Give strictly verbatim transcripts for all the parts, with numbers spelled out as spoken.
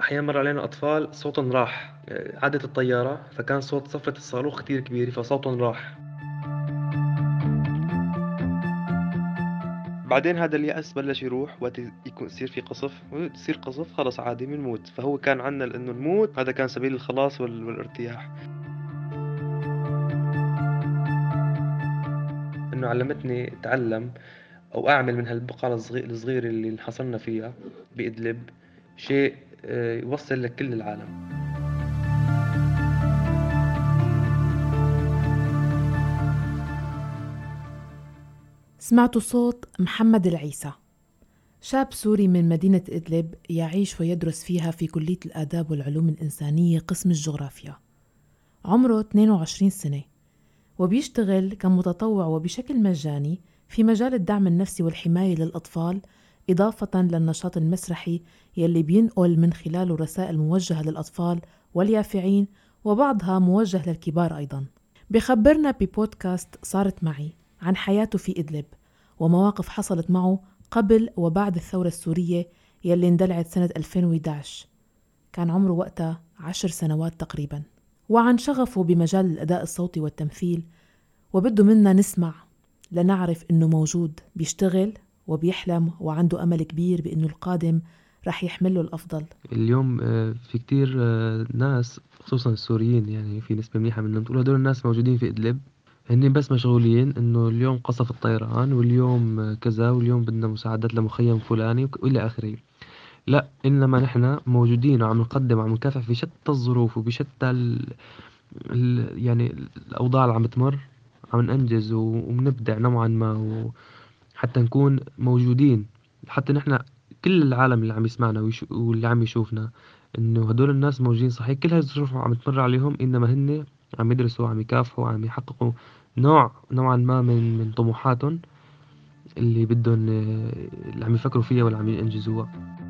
أحيانا مر علينا أطفال صوتهم راح، عادت الطيارة فكان صوت صفرة الصاروخ كتير كبيرة فصوتهم راح. بعدين هذا اليأس بلش يروح وقت يكون يصير في قصف، يصير قصف خلص عادي بنموت، فهو كان عنا انه نموت هذا كان سبيل الخلاص وال- والارتياح. انه علمتني اتعلم او اعمل من هالبقعة الصغير الصغيرة اللي انحصرنا فيها بإدلب شيء آه، يوصل لكل العالم. سمعتوا صوت محمد العيسى، شاب سوري من مدينة إدلب يعيش ويدرس فيها في كلية الآداب والعلوم الإنسانية قسم الجغرافيا. عمره اثنين وعشرين سنة وبيشتغل كمتطوع وبشكل مجاني في مجال الدعم النفسي والحماية للأطفال، إضافة للنشاط المسرحي يلي بينقل من خلاله رسائل موجهة للأطفال واليافعين وبعضها موجه للكبار أيضا. بخبرنا ببودكاست صارت معي عن حياته في إدلب ومواقف حصلت معه قبل وبعد الثورة السورية يلي اندلعت سنة ألفين وإحدى عشر، كان عمره وقتها عشر سنوات تقريبا، وعن شغفه بمجال الأداء الصوتي والتمثيل، وبده منا نسمع لنعرف إنه موجود بيشتغل وبيحلم وعنده أمل كبير بإنه القادم رح يحمله الأفضل. اليوم آه، في كتير آه، ناس خصوصا السوريين، يعني في نسبة منيحة منهم تقول هدول الناس موجودين في إدلب هني بس مشغولين انه اليوم قصف الطيران واليوم آه، كذا واليوم بدنا مساعدات لمخيم فلاني وك- والى اخره. لا، انما نحن موجودين وعم نقدم وعم نكافح في شتى الظروف وبشتى ال... ال... يعني الاوضاع اللي عم تمر، عم ننجز و- وبنبدع نوعا ما وحتى نكون موجودين. حتى نحن كل العالم اللي عم يسمعنا ويش... واللي عم يشوفنا انه هدول الناس موجودين صحيح، كل هاي الظروف عم تمر عليهم انما هن عم يدرسوا عم يكافحوا عم يحققوا نوع نوعا ما من من طموحاتهم اللي بدهم آه، اللي عم يفكروا فيها واللي عم ينجزوها.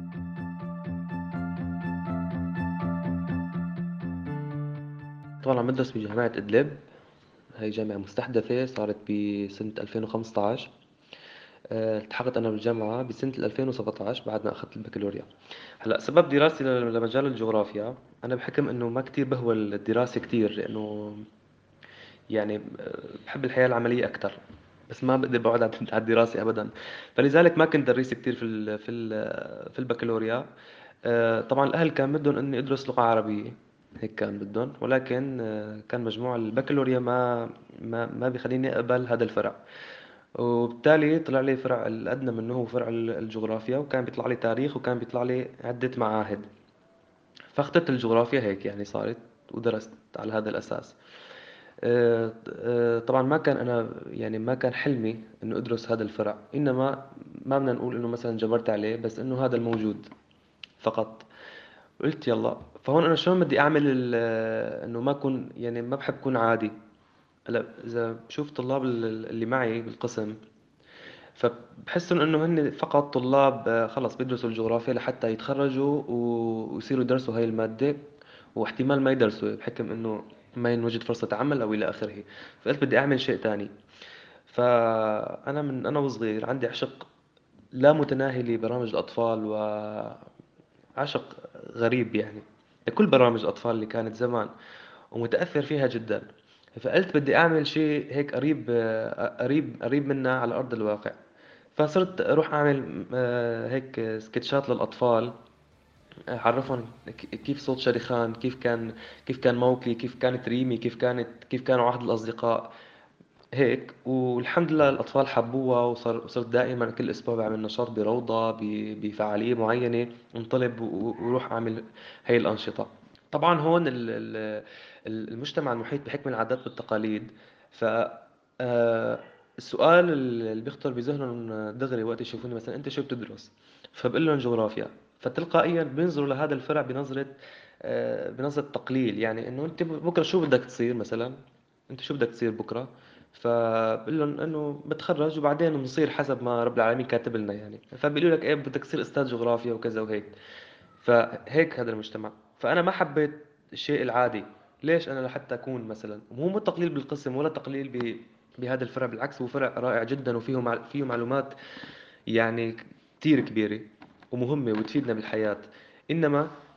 طبعا عم بدرس بجامعة إدلب، هي جامعة مستحدثة صارت بسنة ألفين وخمسطعش. آه، التحقت أنا بالجامعة بسنة ألفين وسبعطعش بعد ما أخذت البكالوريا. هلا سبب دراستي ل- لمجال الجغرافيا، أنا بحكم إنه ما كتير بهوى الدراسة كتير لأنه يعني آه، بحب الحياة العملية أكتر، بس ما بقدر بقعد على على الدراسة أبدا. فلذلك ما كنت دريس كتير في ال في ال في البكالوريا. آه، طبعا الأهل كان بدهم إني أدرس لغة عربية، هيك كان بدهم، ولكن آه، كان مجموع البكالوريا ما ما ما بيخليني أقبل هذا الفرع. وبالتالي طلع لي فرع الأدنى منه هو فرع ال- الجغرافيا، وكان بيطلع لي تاريخ وكان بيطلع لي عدة معاهد. فاخترت الجغرافيا هيك يعني صارت، ودرست على هذا الأساس. آه، آه، طبعا ما كان أنا يعني ما كان حلمي إنه أدرس هذا الفرع، إنما ما بدنا نقول إنه مثلا جبرت عليه، بس إنه هذا الموجود فقط. قلت يلا. فهون أنا شلون بدي أعمل ال- إنه ما أكون يعني ما بحب أكون عادي. هلا إذا بشوف طلاب ال- اللي معي بالقسم فبحسهم انه هن فقط طلاب آه، خلص بيدرسوا الجغرافيا لحتى يتخرجوا و- ويصيروا يدرسوا هاي المادة، واحتمال ما يدرسوا بحكم انه ما ينوجد فرصة عمل او الى اخره. فقلت بدي اعمل شيء تاني. فانا من انا وصغير عندي عشق لا متناهي لبرامج الاطفال، وعشق غريب يعني لكل برامج الاطفال اللي كانت زمان، ومتأثر فيها جدا. فقلت بدي اعمل شيء هيك قريب آه، قريب قريب منا على ارض الواقع. فصرت اروح اعمل آه، هيك سكتشات للاطفال، اعرفهم ك- كيف صوت شريخان، كيف كان كيف كان موكلي، كيف كانت ريمي، كيف كانت كيف كانوا عهد الاصدقاء هيك. والحمد لله الاطفال حبوها، وصار وصرت دائما كل اسبوع بعمل نشاط بروضه ب- بفعاليه معينه، انطلب و- واروح اعمل هي الانشطه. طبعا هون ال- ال- ال- المجتمع المحيط بحكم العادات والتقاليد. ف آه، السؤال اللي بيخطر بذهنهم دغري وقت يشوفوني مثلا انت شو بتدرس، فبقول لهم جغرافيا، فتلقائيا بينظروا لهذا الفرع بنظرة آه، بنظرة تقليل، يعني انه انت بكره شو بدك تصير مثلا، انت شو بدك تصير بكره. فبقول لهم انه بتخرج وبعدين بنصير حسب ما رب العالمين كاتب لنا يعني. فبيقولوا لك ايه بدك تصير استاذ جغرافيا وكذا وهيك. فهيك هذا المجتمع. فأنا ما حبيت الشيء العادي. ليش أنا لحتى أكون مثلا، وهو مو تقليل بالقسم ولا تقليل ب... بهذا الفرع، بالعكس هو فرع رائع جدا وفيه مع... فيه معلومات يعني كتير كبيرة ومهمة وتفيدنا بالحياة. إنما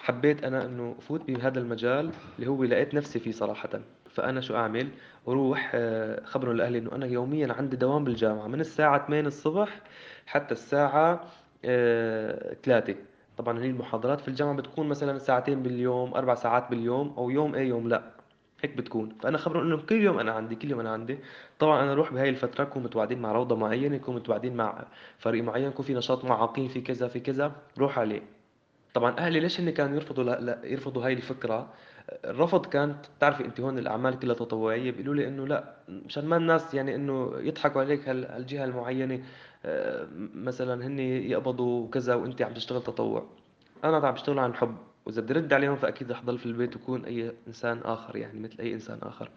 حبيت أنا إنه فوت بهذا المجال اللي هو لقيت نفسي فيه صراحة. فأنا شو أعمل؟ أروح آه، خبره لأهلي إنه أنا يوميا عندي دوام بالجامعة من الساعة ثمانية الصبح حتى الساعة آه، ثلاثة. طبعا هي المحاضرات في الجامعة بتكون مثلا ساعتين باليوم، أربع ساعات باليوم، أو يوم إيه يوم لا، هيك بتكون. فأنا خبره إنه كل يوم أنا عندي، كل يوم أنا عندي. طبعا أنا أروح بهاي الفترة نكون متواعدين مع روضة معينة، نكون متواعدين مع فريق معين، يكون في نشاط معاقين في كذا في كذا، روح عليه. طبعا اهلي ليش هن كانوا يرفضوا لا, لا يرفضوا هاي الفكره؟ الرفض كانت بتعرفي انت هون الاعمال كلها تطوعيه، بيقولوا لي انه لا، مشان ما الناس يعني انه يضحكوا عليك هال- هالجهه المعينه، آه، مثلا هن يقبضوا وكذا وانت عم تشتغل تطوع. انا عم بشتغل عن حب، واذا بدي ارد عليهم فاكيد رح ضل في البيت وكون اي انسان اخر، يعني مثل اي انسان اخر.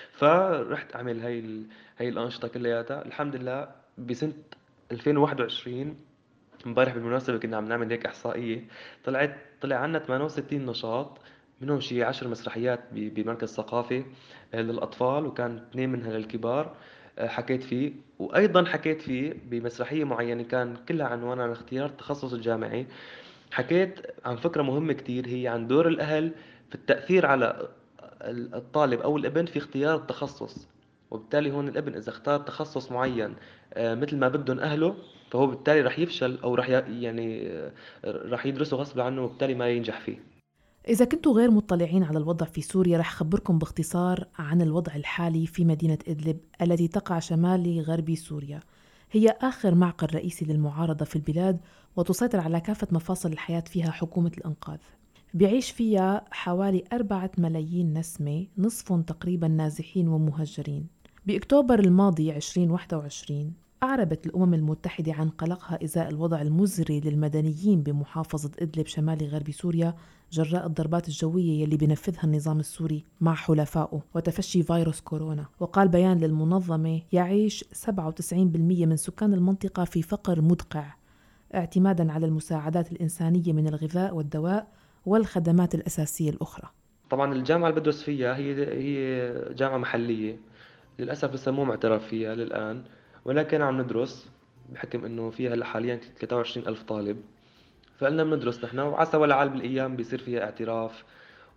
فرحت اعمل هاي ال... هاي الانشطه كلياتها. الحمد لله بسنه ألفين وواحد وعشرين، امبارح بالمناسبة كنا عم نعمل هيك إحصائية، طلعت طلع عنا ثمانية وستين نشاط، منهم شي عشر مسرحيات ب- بمركز ثقافي آه، للأطفال، وكان اثنين منها للكبار. آه، حكيت فيه، وأيضا حكيت فيه بمسرحية معينة كان كلها عنوان عن اختيار التخصص الجامعي. حكيت عن فكرة مهمة كتير، هي عن دور الأهل في التأثير على الطالب أو الابن في اختيار التخصص. وبالتالي هون الابن إذا اختار تخصص معين آه، مثل ما بدهم أهله، فهو بالتالي رح يفشل، أو رح ي- يعني آه، رح يدرسه غصب عنه، وبالتالي ما ينجح فيه. إذا كنتوا غير مطلعين على الوضع في سوريا رح خبركم باختصار عن الوضع الحالي في مدينة إدلب التي تقع شمالي غربي سوريا. هي آخر معقل رئيسي للمعارضة في البلاد، وتسيطر على كافة مفاصل الحياة فيها حكومة الإنقاذ. بيعيش فيها حوالي أربعة ملايين نسمة، نصفهم تقريبا نازحين ومهجرين. بأكتوبر الماضي ألفين وواحد وعشرين أعربت الأمم المتحدة عن قلقها إزاء الوضع المزري للمدنيين بمحافظة إدلب شمالي غرب سوريا جراء الضربات الجوية يلي بنفذها النظام السوري مع حلفائه وتفشي فيروس كورونا. وقال بيان للمنظمة يعيش سبعة وتسعين بالمئة من سكان المنطقة في فقر مدقع، اعتمادا على المساعدات الإنسانية من الغذاء والدواء والخدمات الأساسية الأخرى. طبعا الجامعة اللي بدرس فيها هي هي جامعة محلية، للأسف لسه مو معترف فيها للآن، ولكن عم ندرس بحكم إنه فيها هلا حاليا ثلاثة وعشرين ألف طالب. فقلنا بندرس نحن، وعسى ولعل بالأيام بيصير فيها اعتراف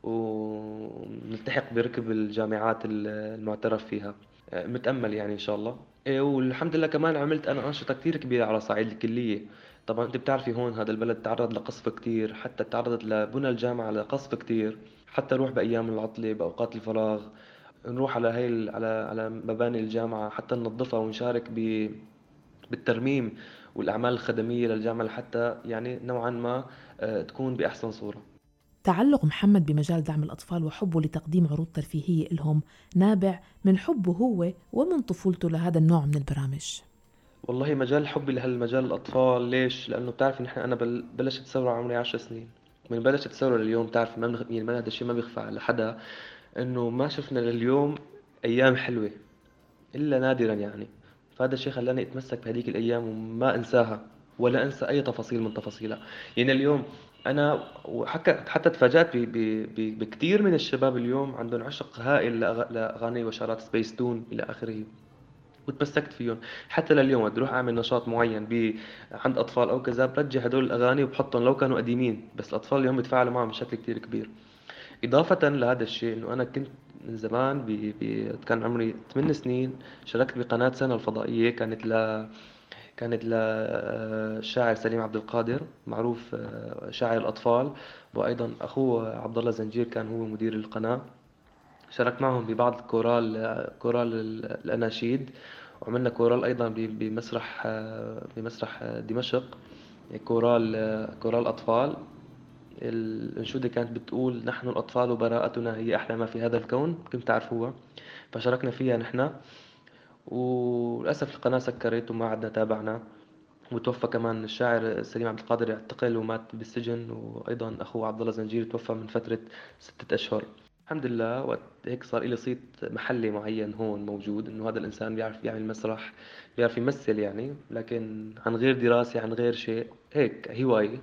ونلتحق بركب الجامعات المعترف فيها. آه، متأمل يعني إن شاء الله. إيه، والحمد لله كمان عملت أنا أنشطة كتير كبيرة على صعيد الكلية. طبعا أنت بتعرفي هون هذا البلد تعرض لقصف كتير، حتى تعرضت لبنى الجامعة لقصف كتير. حتى نروح بأيام العطلة بأوقات الفراغ، نروح على هاي ال- على على مباني الجامعة حتى ننظفها ونشارك ب بالترميم والأعمال الخدمية للجامعة، لحتى يعني نوعا ما آه، تكون بأحسن صورة. تعلق محمد بمجال دعم الأطفال وحبه لتقديم عروض ترفيهية إلهم نابع من حبه هو ومن طفولته لهذا النوع من البرامج. والله مجال حبي لهالمجال الأطفال ليش؟ لأنه بتعرفي نحن أنا بل بلشت ثورة عمري عشر سنين. من بلشت الثورة لليوم بتعرفي ما بنخ... يعني ما هذا الشيء ما بيخفى على حدا، إنه ما شفنا لليوم أيام حلوة إلا نادرا يعني. فهذا الشيء خلاني أتمسك بهذيك الأيام وما أنساها، ولا أنسى أي تفاصيل من تفاصيلها. يعني اليوم أنا وحتى حتى تفاجأت ب... ب... ب... بكثير من الشباب اليوم عندهم عشق هائل لأغ... لأغاني وشارات سبيس تون إلى آخره، وتمسكت فيهم. حتى لليوم بدي اروح اعمل نشاط معين ب... عند اطفال او كذا، برجع هدول الاغاني وبحطهم لو كانوا قديمين، بس الاطفال اليوم بيتفاعلوا معهم بشكل كتير كبير. اضافه لهذا الشيء انه انا كنت من زمان ب... ب... كان عمري ثمان سنين شاركت بقناه سنة الفضائيه، كانت ل كانت للشاعر سليم عبد القادر، معروف آه، شاعر الاطفال، وايضا اخوه عبد الله زنجير كان هو مدير القناه. شاركت معهم ببعض كورال كورال الأناشيد، وعملنا كورال أيضا ب- بمسرح بمسرح دمشق، كورال كورال أطفال. الأنشودة كانت بتقول: نحن الأطفال وبراءتنا هي أحلى ما في هذا الكون، كنت تعرفوها. فشاركنا فيها نحن، وللأسف القناة سكرت وما عدنا تابعنا. وتوفى كمان الشاعر سليم عبد القادر، اعتقل ومات بالسجن، وأيضا أخوه عبد الله زنجير توفى من فترة ستة أشهر. الحمد لله وقت هيك صار لي صيت محلي معين هون موجود، إنه هذا الإنسان بيعرف يعمل مسرح، بيعرف يمثل يعني، لكن عن غير دراسة، عن غير شيء، هيك هواية.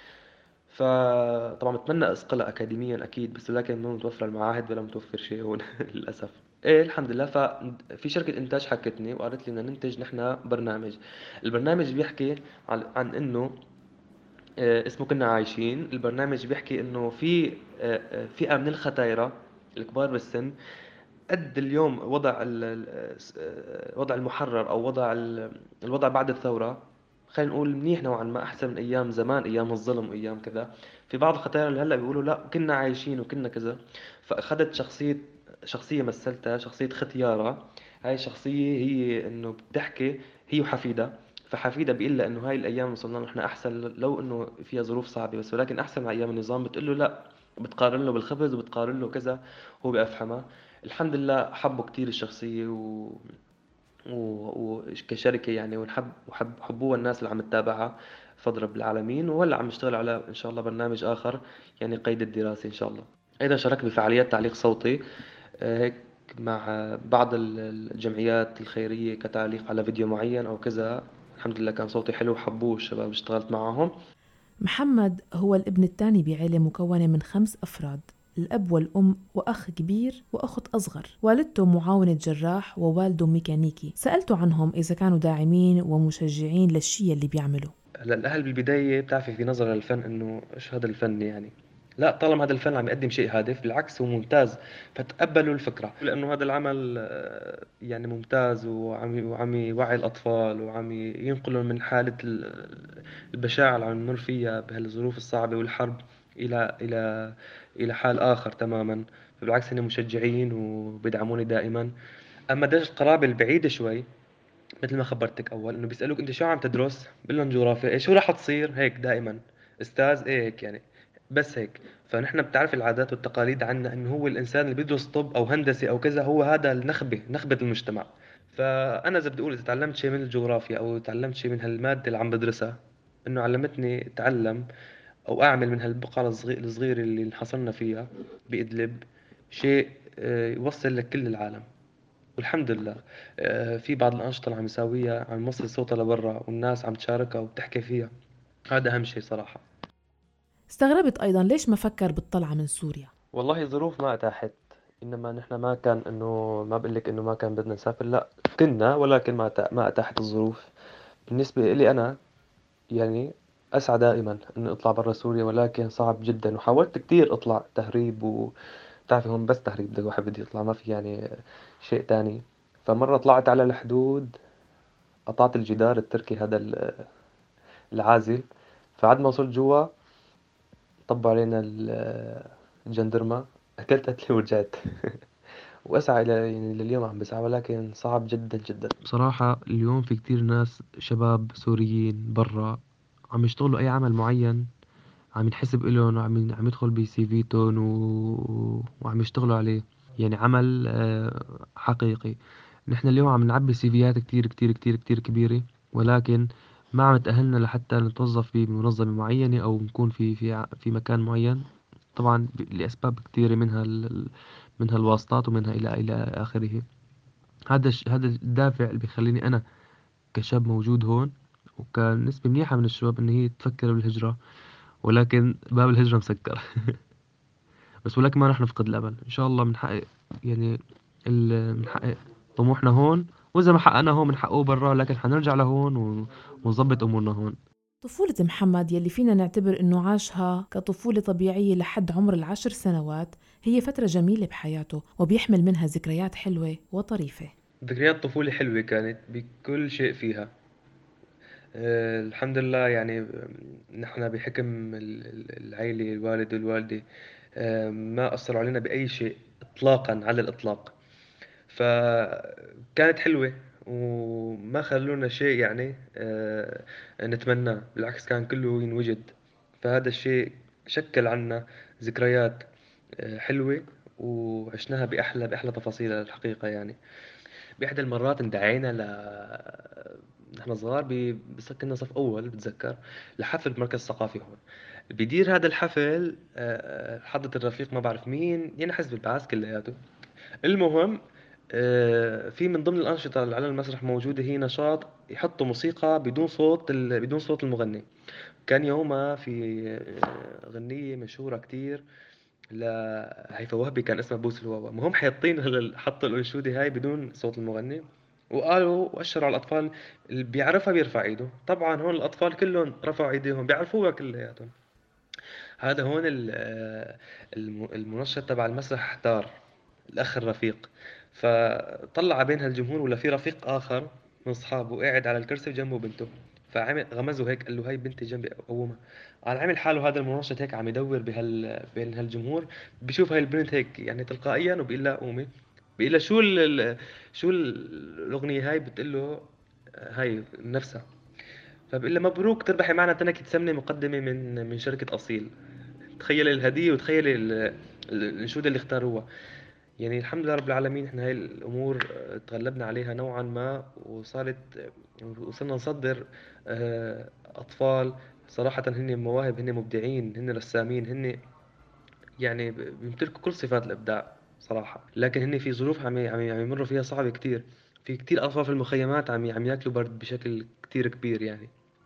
فطبعا بتمنى أسقلها أكاديميا أكيد، بس لكن مو متوفر المعاهد ولا متوفر شيء هون للأسف. ايه الحمد لله. ففي شركة إنتاج حكتني وقالت لي بدنا ننتج نحن برنامج. البرنامج بيحكي عن عن إنه آه، اسمه كنا عايشين. البرنامج بيحكي انه في آه، آه، فئة من الختايرة الكبار بالسن، قد اليوم وضع ال- ال- آه، وضع المحرر او وضع ال- الوضع بعد الثورة، خلينا نقول منيح نوعا ما، احسن من ايام زمان، ايام الظلم وايام كذا. في بعض الختاير اللي هلا بيقولوا لا كنا عايشين وكنا كذا. فاخذت شخصية شخصية مثلتها، شخصية ختيارة. هاي الشخصية هي انه بتحكي هي وحفيدة. فحفيدة بيقول لها انه هاي الايام اللي وصلنا لها نحن احسن، لو انه فيها ظروف صعبة بس ولكن احسن من ايام النظام. بتقول له لا، بتقارن له بالخبز وبتقارن له كذا. هو بأفهمها. الحمد لله حبوا كتير الشخصية و... و... وكشركة يعني، ونحب وحب حبوها الناس اللي عم تتابعها فضل رب العالمين. وهلا عم نشتغل على إن شاء الله برنامج آخر، يعني قيد الدراسة إن شاء الله. أيضا شاركت بفعاليات تعليق صوتي، آه، هيك مع بعض ال- الجمعيات الخيرية كتعليق على فيديو معين أو كذا. الحمد لله كان صوتي حلو وحبوه الشباب اللي اشتغلت معهم. محمد هو الابن الثاني بعيلة مكونة من خمس أفراد، الأب والأم وأخ كبير وأخت أصغر. والدته معاونة جراح ووالده ميكانيكي. سألته عنهم إذا كانوا داعمين ومشجعين للشي اللي بيعمله. هلا الاهل بالبدايه بتعرفي في نظره للفن انه ايش هذا الفن يعني. لا، طالما هذا الفن عم يقدم شيء هادف بالعكس هو ممتاز. فتقبلوا الفكره لانه هذا العمل آه، يعني ممتاز، وعم وعم يوعي الاطفال وعم ينقلهم من حاله ال- البشاعه اللي عم نمر فيها بهالظروف الصعبه والحرب الى الى الى حال اخر تماما. فبالعكس هن مشجعين وبيدعموني دائما. اما درجه القرابه البعيده شوي، مثل ما خبرتك اول، انه بيسالوك انت شو عم تدرس، بقول لهم جغرافيا. ايه شو راح تصير هيك دائما؟ استاذ ايه هيك يعني، بس هيك. فنحن بتعرف العادات والتقاليد عنا انه هو الانسان اللي بيدرس طب او هندسه او كذا هو هذا النخبه، نخبه المجتمع. فانا اذا بدي اقول اذا تعلمت شيء من الجغرافيا او تعلمت شيء من هالماده اللي عم بدرسها، انه علمتني اتعلم او اعمل من هالبقعه الصغيره الصغيره اللي انحصرنا فيها بادلب شيء آه، يوصل لكل العالم. والحمد لله آه، في بعض الأنشطة اللي عم يساويها عم يوصل صوتها لبرا والناس عم تشاركها وبتحكي فيها. هذا أهم شيء صراحة. استغربت أيضا ليش ما فكر بالطلعة من سوريا. والله الظروف ما أتاحت. إنما نحن ما كان إنه ما بقول لك إنه ما كان بدنا نسافر، لا كنا، ولكن ما أتا- ما أتاحت الظروف. بالنسبة لي أنا يعني أسعى دائما إني أطلع برا سوريا، ولكن صعب جدا. وحاولت كتير أطلع تهريب، وتعرفي هون بس تهريب بدك واحد بده يطلع، ما في يعني شيء تاني. فمرة طلعت على الحدود، قطعت الجدار التركي هذا ال- العازل. فعد ما وصلت جوا طبوا علينا ال- الجندرمة، أكلت قتلي ورجعت. وأسعى إلى يعني لليوم عم بسعى، ولكن صعب جدا جدا بصراحة. اليوم في كتير ناس شباب سوريين برا عم يشتغلوا أي عمل معين، عم ينحسب إلهم وعم عم يدخل بسي فيتون و... وعم يشتغلوا عليه، يعني عمل آه، حقيقي. نحن اليوم عم نعبي سيفيات كتير كتير كتير كتير كبيرة، ولكن ما عم تأهلنا لحتى نتوظف في منظمة معينة أو نكون في في ع- في مكان معين. طبعا ب- لأسباب كثيرة، منها ال... ال- منها الواسطات ومنها إلى إلى آخره. هذا الش... هذا الدافع اللي بيخليني أنا كشاب موجود هون، وكان نسبة منيحة من الشباب إن هي تفكر بالهجرة، ولكن باب الهجرة مسكر. بس ولكن ما رح نفقد الأمل. إن شاء الله بنحقق يعني ال... بنحقق طموحنا هون، وإذا ما حققنا هون بنحققه برا، لكن حنرجع لهون و... ونظبط أمورنا هون. طفولة محمد يلي فينا نعتبر إنه عاشها كطفولة طبيعية لحد عمر العشر سنوات هي فترة جميلة بحياته وبيحمل منها ذكريات حلوة وطريفة. ذكريات طفولة حلوة كانت بكل شيء فيها. أه الحمد لله يعني. آه، نحن بحكم ال- ال- العيلة، الوالد والوالدة أه ما أثروا علينا بأي شيء إطلاقا على الإطلاق. فكانت حلوة وما خلونا شيء يعني أه نتمناه، بالعكس كان كله ينوجد. فهذا الشيء شكل عنا ذكريات أه حلوة، وعشناها بأحلى بأحلى تفاصيلها الحقيقة يعني. بإحدى المرات اندعينا ل نحن صغار ب... بس كنا صف أول بتذكر، لحفل بمركز ثقافي هون. بيدير هذا الحفل آه، حضرة الرفيق ما بعرف مين، يعني حزب البعث كلياته. المهم آه، في من ضمن الأنشطة اللي على المسرح موجودة هي نشاط يحطوا موسيقى بدون صوت ال... بدون صوت المغني. كان يومها في آه، غنية مشهورة كتير لهيفاء وهبي، كان اسمها بوس الواوا. المهم حاطين هال- حطوا الأنشودة هاي بدون صوت المغني، وقالوا وأشروا على الأطفال اللي بيعرفها بيرفع إيده. طبعا هون الأطفال كلهم رفعوا إيديهم بيعرفوها كلياتهم. هذا هون ال- آه، الم- المنشط تبع المسرح دار الأخ الرفيق، فطلع على بين هالجمهور ولا في رفيق آخر من أصحابه قاعد على الكرسي وجنبه بنته، فعمل غمزه هيك قال له هاي بنتي جنبي قومها. قال عمل حاله هذا المنشط هيك عم يدور بهال بين هالجمهور، بشوف هاي البنت هيك يعني تلقائيا وبيقول لها قومي. بيقول لها شو ال ال- شو ال- الأغنية هاي، بتقول له هاي نفسها. فبقول لها مبروك تربحي معنا تنكة سمنة مقدمة من من شركة أصيل. تخيل الهدية وتخيل ال- ال- الأنشودة اللي اختاروها. يعني الحمد لله رب العالمين احنا هاي الأمور آه، تغلبنا عليها نوعا ما، وصارت آه، وصلنا نصدر آه، أطفال صراحة هن مواهب، هن مبدعين، هن رسامين، هن يعني ب- بيمتلكوا كل صفات الإبداع صراحة. لكن هن في ظروف عم ي- عم ي- عم يمروا فيها صعبة كتير. في كتير أطفال في المخيمات عم ي- عم ياكلوا برد بشكل كتير كبير يعني،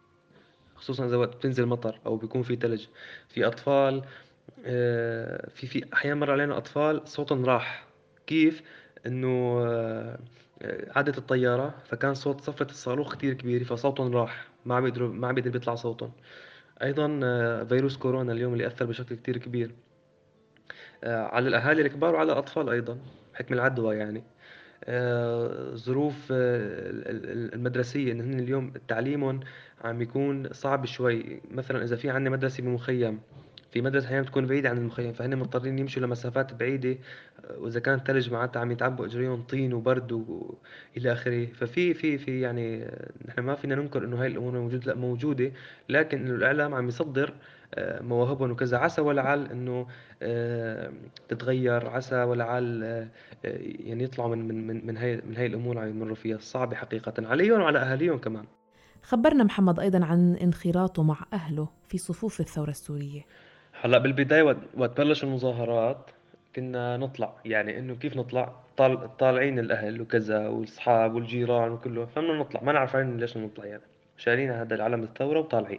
خصوصا إذا وقت بتنزل مطر أو بيكون في تلج. في أطفال آه، في في أحيانا مر علينا أطفال صوتهم راح. كيف؟ إنه آه، آه، عادت الطيارة فكان صوت صفرة الصاروخ كتير كبير فصوتهم راح، ما عم يقدروا ما عم بيقدر بيطلع صوتهم. أيضا آه، فيروس كورونا اليوم اللي أثر بشكل كتير كبير آه، على الأهالي الكبار وعلى الأطفال أيضا بحكم العدوى يعني. آه، ظروف آه، ال- ال- المدرسية إن هن اليوم تعليمهم عم يكون صعب شوي. مثلا إذا في عندنا مدرسة بمخيم، في مدرسة أحيانا بتكون بعيدة عن المخيم فهن مضطرين يمشوا لمسافات بعيدة. آه، وإذا كان ثلج معناتها عم يتعبوا إجريهم طين وبرد وإلى آخره. ففي في في يعني آه، نحن ما فينا ننكر إنه هاي الأمور موجودة، لا موجودة. لكن إنه الإعلام عم يصدر آه، مواهبهم وكذا. عسى ولعل إنه آه، تتغير، عسى ولعل آه، يعني يطلعوا من من من من هاي من هاي الامور اللي عم يمروا فيها الصعبه حقيقه عليهم وعلى اهاليهم كمان. خبرنا محمد أيضا عن انخراطه مع أهله في صفوف الثورة السورية. هلا بالبدايه وقت وقت بلش المظاهرات كنا نطلع، يعني انه كيف نطلع، طال طالعين الاهل وكذا والاصحاب والجيران وكله، فمنا نطلع ما نعرف عين ليش نطلع يعني، شايلين هذا العلم الثوره وطالعين.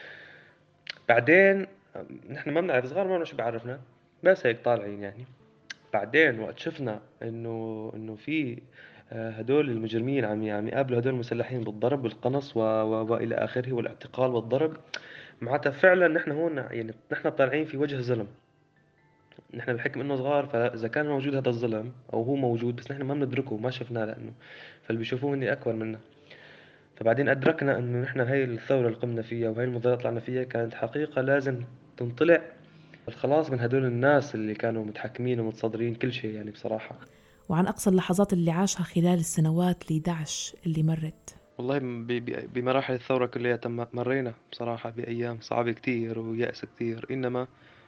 بعدين نحن ما بنعرف، صغار ما بنعرف شو بيعرفنا، بس هيك طالعين يعني. بعدين وقت شفنا انه انه في آه، هدول المجرمين عم عم يقابلوا هدول المسلحين بالضرب والقنص و... و... والى اخره والاعتقال والضرب، معناتها فعلا نحن هون يعني نحن طالعين في وجه ظلم. نحن بحكم انه صغار، فاذا كان موجود هذا الظلم او هو موجود بس نحن ما بندركه ما شفناه، لانه فاللي بيشوفوه اني اكبر منا. فبعدين ادركنا انه نحن هاي الثوره اللي قمنا فيها وهي المظاهرات اللي طلعنا فيها كانت حقيقه لازم تنطلع الخلاص من هدول الناس اللي كانوا متحكمين ومتصدرين كل شيء يعني بصراحه. وعن أقصى اللحظات اللي عاشها خلال السنوات ال إحدى عشر اللي مرت. والله ب- ب- بمراحل الثورة كلها تم مرينا بصراحة بأيام صعبة كتير ويأس كتير، إنما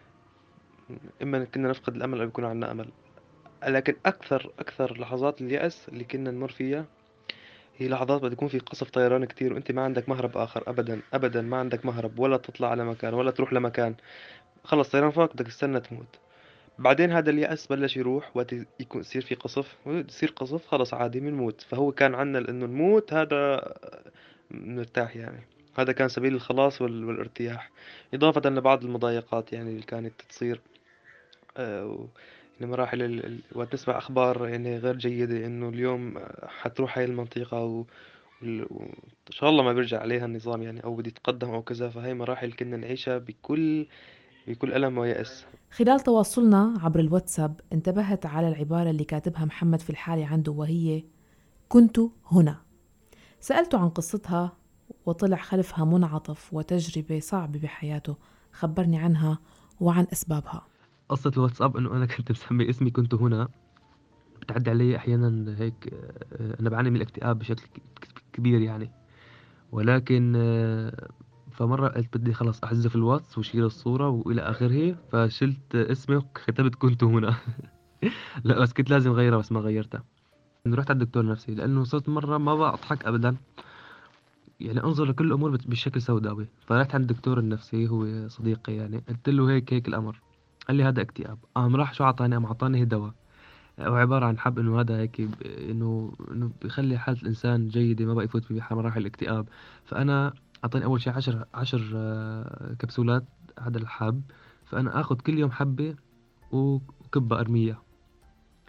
إما كنا نفقد الأمل أو يكون عنا أمل. لكن أكثر أكثر لحظات اليأس اللي كنا نمر فيها هي لحظات بده يكون في قصف طيران كتير وأنت ما عندك مهرب آخر أبدا أبدا، ما عندك مهرب ولا تطلع على مكان ولا تروح لمكان. خلص طيران فوق بدك تستنى تموت. بعدين هذا اليأس بلش يروح وقت يكون يصير في قصف، يصير قصف خلص عادي بنموت. فهو كان عنا انه نموت هذا نرتاح يعني، هذا كان سبيل الخلاص وال- والارتياح. إضافة لبعض المضايقات يعني اللي كانت تصير آه، و- يعني مراحل ال... ال- وقت نسمع أخبار يعني غير جيدة إنه اليوم آه، حتروح هاي المنطقة و... وال- وإن شاء الله ما بيرجع عليها النظام يعني أو بده يتقدم أو كذا. فهي مراحل كنا نعيشها بكل بكل ألم ويأس. خلال تواصلنا عبر الواتساب انتبهت على العبارة اللي كاتبها محمد في الحالة عنده، وهي كنت هنا. سألته عن قصتها وطلع خلفها منعطف وتجربة صعبة بحياته. خبرني عنها وعن أسبابها. قصة الواتساب إنه أنا كنت مسمي اسمي كنت هنا. بتعدي علي أحيانا هيك آه، أنا بعاني من الاكتئاب بشكل ك- كبير يعني. ولكن آه، فمرة قلت بدي خلص أحذف الواتس وشيل الصورة وإلى آخره، فشلت اسمي وكتبت كنت هنا. لا بس كنت لازم أغيرها بس ما غيرتها. إنه رحت على الدكتور النفسي لأنه صرت مرة ما بضحك أبدا، يعني أنظر لكل الأمور بت- بشكل سوداوي. فرحت عند الدكتور النفسي هو صديقي يعني، قلت له هيك هيك الأمر. قال لي هذا اكتئاب. قام راح شو أعطاني؟ قام أعطاني دواء هو عبارة عن حب إنه هذا هيك ب- إنه إنه بيخلي حالة الإنسان جيدة ما بقى يفوت في مراحل الاكتئاب. فأنا أعطاني أول شيء عشر عشر آه، كبسولات هذا الحب. فأنا آخذ كل يوم حبة وكبة أرمية.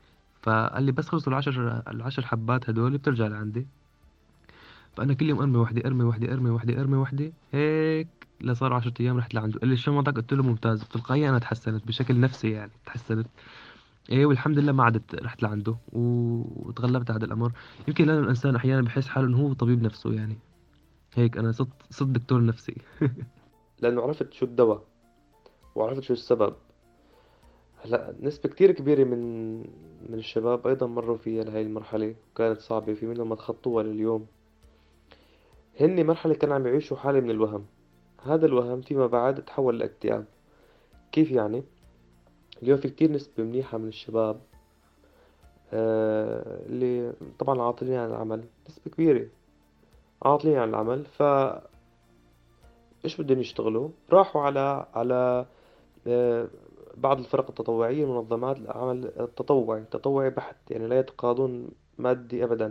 فقال لي بس خلصوا العشر العشر حبات هدول بترجع لعندي. فانا كل يوم ارمي وحده ارمي وحده ارمي وحده ارمي وحده هيك لصار عشرة ايام. رحت لعنده قال لي شو وضعك؟ قلت له ممتاز. تلقائيا انا تحسنت بشكل نفسي، يعني تحسنت. ايه والحمد لله ما عدت رحت لعنده و- وتغلبت على هذا الامر. يمكن لانه الانسان احيانا بحس حاله انه هو طبيب نفسه يعني. هيك انا صرت صرت دكتور نفسي. لأنه عرفت شو الدواء وعرفت شو السبب. هلا نسبة كتير كبيرة من من الشباب أيضا مروا فيها لهي المرحلة وكانت صعبة، في منهم ما تخطوها لليوم. هني مرحلة كانوا عم يعيشوا حالة من الوهم. هذا الوهم فيما بعد تحول لاكتئاب. كيف يعني؟ اليوم في كتير نسبة منيحة من الشباب آه اللي طبعا عاطلين عن العمل، نسبة كبيرة عاطلين عن العمل. ف ايش بدهم يشتغلوا؟ راحوا على على آه، بعض الفرق التطوعية، منظمات العمل التطوعي، تطوعي بحت يعني لا يتقاضون مادي أبدا.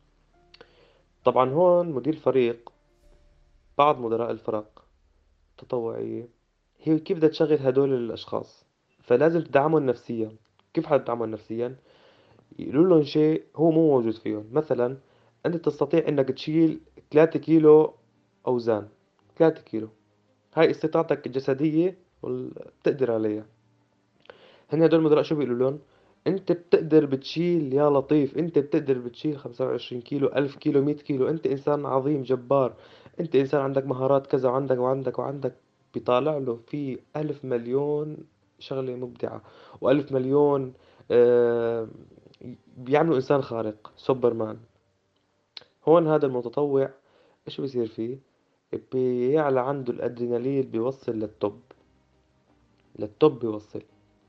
طبعا هون مدير الفريق، بعض مدراء الفرق التطوعية، هي كيف بدها تشغل هدول الأشخاص؟ فلازم تدعمهم نفسيا. كيف حتدعمهم نفسيا؟ يقولوا لهم شيء هو مو موجود فيهم. مثلا أنت تستطيع أنك تشيل ثلاثة كيلو أوزان، ثلاثة كيلو، هاي استطاعتك الجسدية وبتقدر عليها. هن هدول المدراء شو بيقولوا لهم؟ انت بتقدر بتشيل يا لطيف، انت بتقدر بتشيل خمسة وعشرين كيلو، ألف كيلو، مية كيلو، انت انسان عظيم جبار، انت انسان عندك مهارات كذا وعندك وعندك وعندك. بيطالع له في ألف مليون شغلة مبدعة وألف مليون آه بيعملوا إنسان خارق سوبرمان. هون هذا المتطوع إيش بيصير فيه؟ بيعلى عنده الأدرينالين، بيوصل للتوب، للتوب بيوصل.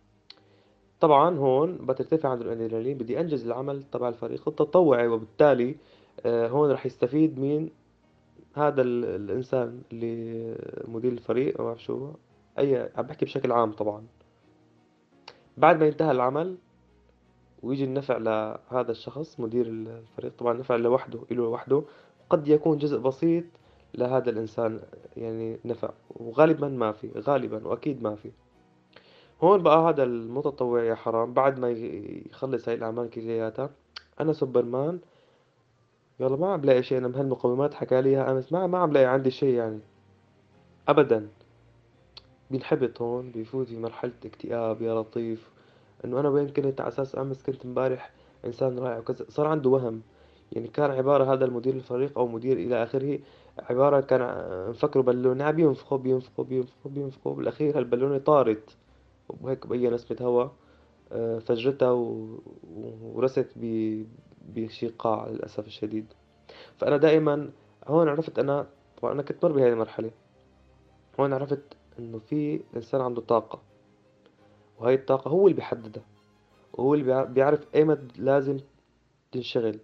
طبعا هون بترتفع عند الأدرينالين، بدي أنجز العمل تبع الفريق التطوعي، وبالتالي آه، هون رح يستفيد مين؟ هذا ال- الإنسان اللي مدير الفريق أو بعرف شو. أي عم بحكي بشكل عام طبعا. بعد ما ينتهى العمل ويجي النفع لهذا الشخص مدير الفريق، طبعا النفع لوحده إله لوحده، قد يكون جزء بسيط لهذا الإنسان يعني نفع، وغالبا ما في، غالبا وأكيد ما في. هون بقى هذا المتطوع يا حرام بعد ما ي- يخلص هاي الأعمال كلياتها، أنا سوبرمان، يلا ما عم بلاقي شيء. أنا بهالمقومات حكى لي إياها أمس، ما ما عم بلاقي عندي شيء يعني أبدا. بينحبط هون، بيفوت في مرحلة اكتئاب يا لطيف. إنه أنا وين كنت على أساس أمس كنت امبارح إنسان رائع وكذا. صار عنده وهم. يعني كان عبارة هذا المدير الفريق أو مدير إلى آخره، عبارة كان ع- مفكره بالونة عم بينفخوا بينفخوا بينفخوا بينفخوا، بالأخير هالبالونة طارت وهيك بقي نسمة هواء آه، فجرتها و... ورست ب... بشي قاع للأسف الشديد. فأنا دائما هون عرفت أنا، طبعا أنا كنت مر بهذه المرحلة، هون عرفت إنه في إنسان عنده طاقة، وهي الطاقة هو اللي بيحددها، وهو اللي بيع- بيعرف أيمت لازم تنشغل،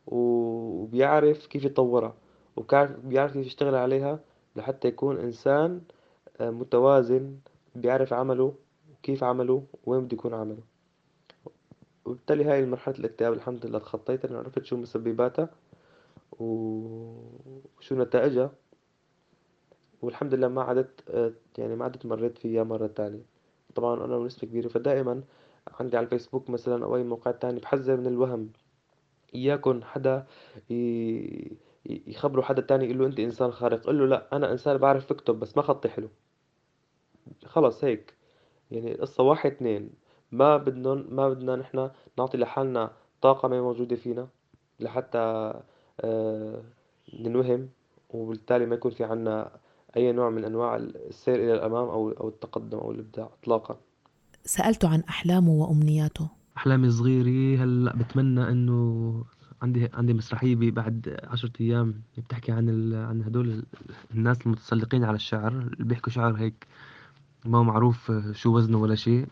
وبيعرف كيف يطورها، وبيعرف بيعرف كيف يشتغل عليها لحتى يكون إنسان آه، متوازن، بيعرف عمله وكيف عمله وين بده يكون عمله. وبالتالي هاي مرحلة الاكتئاب الحمد لله تخطيتها، لأنه عرفت شو مسبباتها و- وشو نتائجها. والحمد لله ما عدت آه، يعني ما عدت مريت فيها مرة تانية. طبعا أنا بنسبة كبيرة، فدائما عندي على الفيسبوك مثلا أو أي موقع تاني بحذر من الوهم. إياكن حدا ي- ي- يخبروا حدا تاني يقول له أنت إنسان خارق، قل له لا أنا إنسان بعرف أكتب بس ما خطي حلو. خلص هيك. يعني القصة واحد اتنين، ما بدنا ما بدنا نحنا نعطي لحالنا طاقة ما موجودة فينا لحتى آه، ننوهم، وبالتالي ما يكون في عنا أي نوع من أنواع السير إلى الأمام أو أو التقدم أو الإبداع إطلاقا. سألته عن أحلامه وأمنياته. أحلامي صغيرة هلا بتمنى إنه عندي عندي مسرحية ب- بعد عشرة أيام بتحكي عن ال... عن هدول ال- الناس المتسلقين على الشعر اللي بيحكوا شعر هيك ما هو معروف شو وزنه ولا شيء.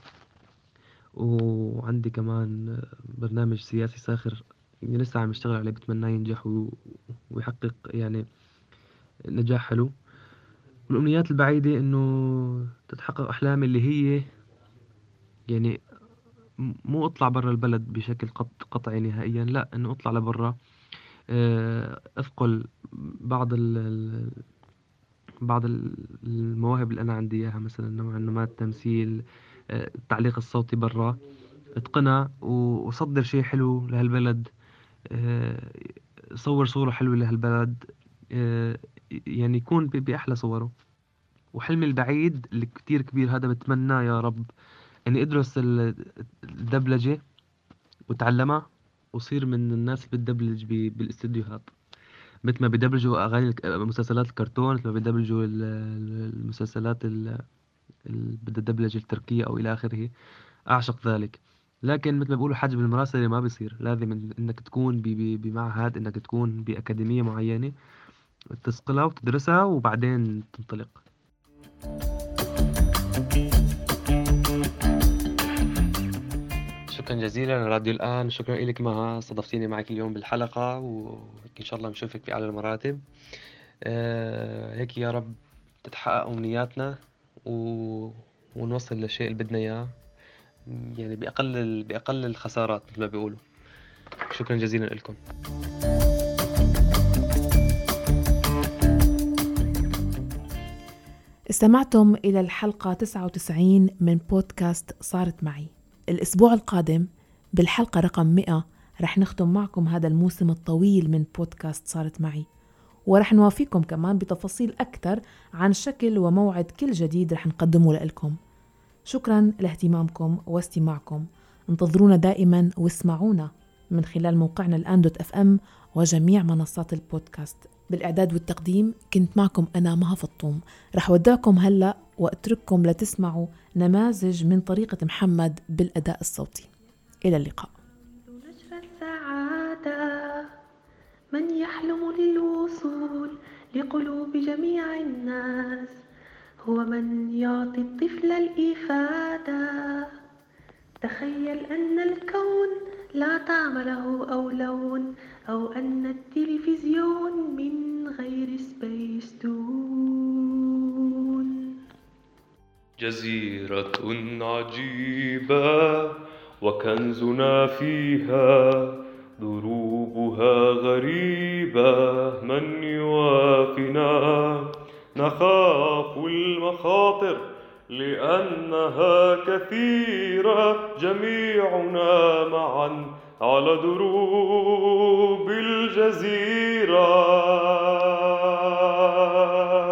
وعندي كمان برنامج سياسي ساخر يعني لسه عم اشتغل عليه، بتمناه ينجح و... ويحقق يعني نجاح حلو. والأمنيات البعيدة إنه تتحقق أحلامي اللي هي يعني م- مو أطلع برا البلد بشكل قط... قطعي نهائيا، لا إنه أطلع لبرا. آه، أثقل بعض ال... ال- بعض ال- المواهب اللي أنا عندي إياها، مثلا نوعا ما التمثيل، آه، التعليق الصوتي برا. اتقنها وصدر شيء حلو لهالبلد. آه، صور صورة حلوة لهالبلد. آه، يعني يكون ب- بأحلى صوره. وحلمي البعيد اللي كتير كبير هذا بتمناه يا رب اني ادرس ال- الدبلجة وتعلمها وصير من الناس اللي بتدبلج ب- بالاستديوهات، مثل ما بيدبلجوا اغاني الك- مسلسلات الكرتون، مثل ما بيدبلجوا ال- ال- المسلسلات ال- ال- بدها الدبلجة التركية او الى اخره. اعشق ذلك. لكن مثل ما بيقولوا حاجب المراسلة ما بيصير، لازم إن- انك تكون ب- ب- بمعهد، انك تكون بأكاديمية معينة تسقلها وتدرسها وبعدين تنطلق. شكرا جزيلا راديو الآن، شكرا لك مها، استضفتيني معك اليوم بالحلقة، وإن شاء الله نشوفك في أعلى المراتب. آه هيك يا رب تتحقق أمنياتنا و... ونوصل للشيء اللي بدنا إياه، يعني بأقل بأقل الخسارات مثل ما بيقولوا. شكرا جزيلا لكم. استمعتم إلى الحلقة تسعة وتسعين من بودكاست صارت معي. الأسبوع القادم بالحلقة رقم مئة رح نختم معكم هذا الموسم الطويل من بودكاست صارت معي، ورح نوافيكم كمان بتفاصيل أكثر عن شكل وموعد كل جديد رح نقدمه لكم. شكرا لاهتمامكم واستماعكم. انتظرونا دائما واسمعونا من خلال موقعنا الآن دوت اف ام وجميع منصات البودكاست. بالإعداد والتقديم كنت معكم أنا مها فطوم. رح ودعكم هلأ وأترككم لتسمعوا نماذج من طريقة محمد بالأداء الصوتي. إلى اللقاء. نشر السعادة من يحلم للوصول لقلوب جميع الناس، هو من يعطي الطفل الإفادة. تخيل أن الكون لا طعم له أو لون، أو أن التلفزيون من غير سبيس تون. جزيرة عجيبة وكنزنا فيها، دروبها غريبة، من يوافنا؟ نخاف المخاطر لأنها كثيرة، جميعنا معا على دروب الجزيرة.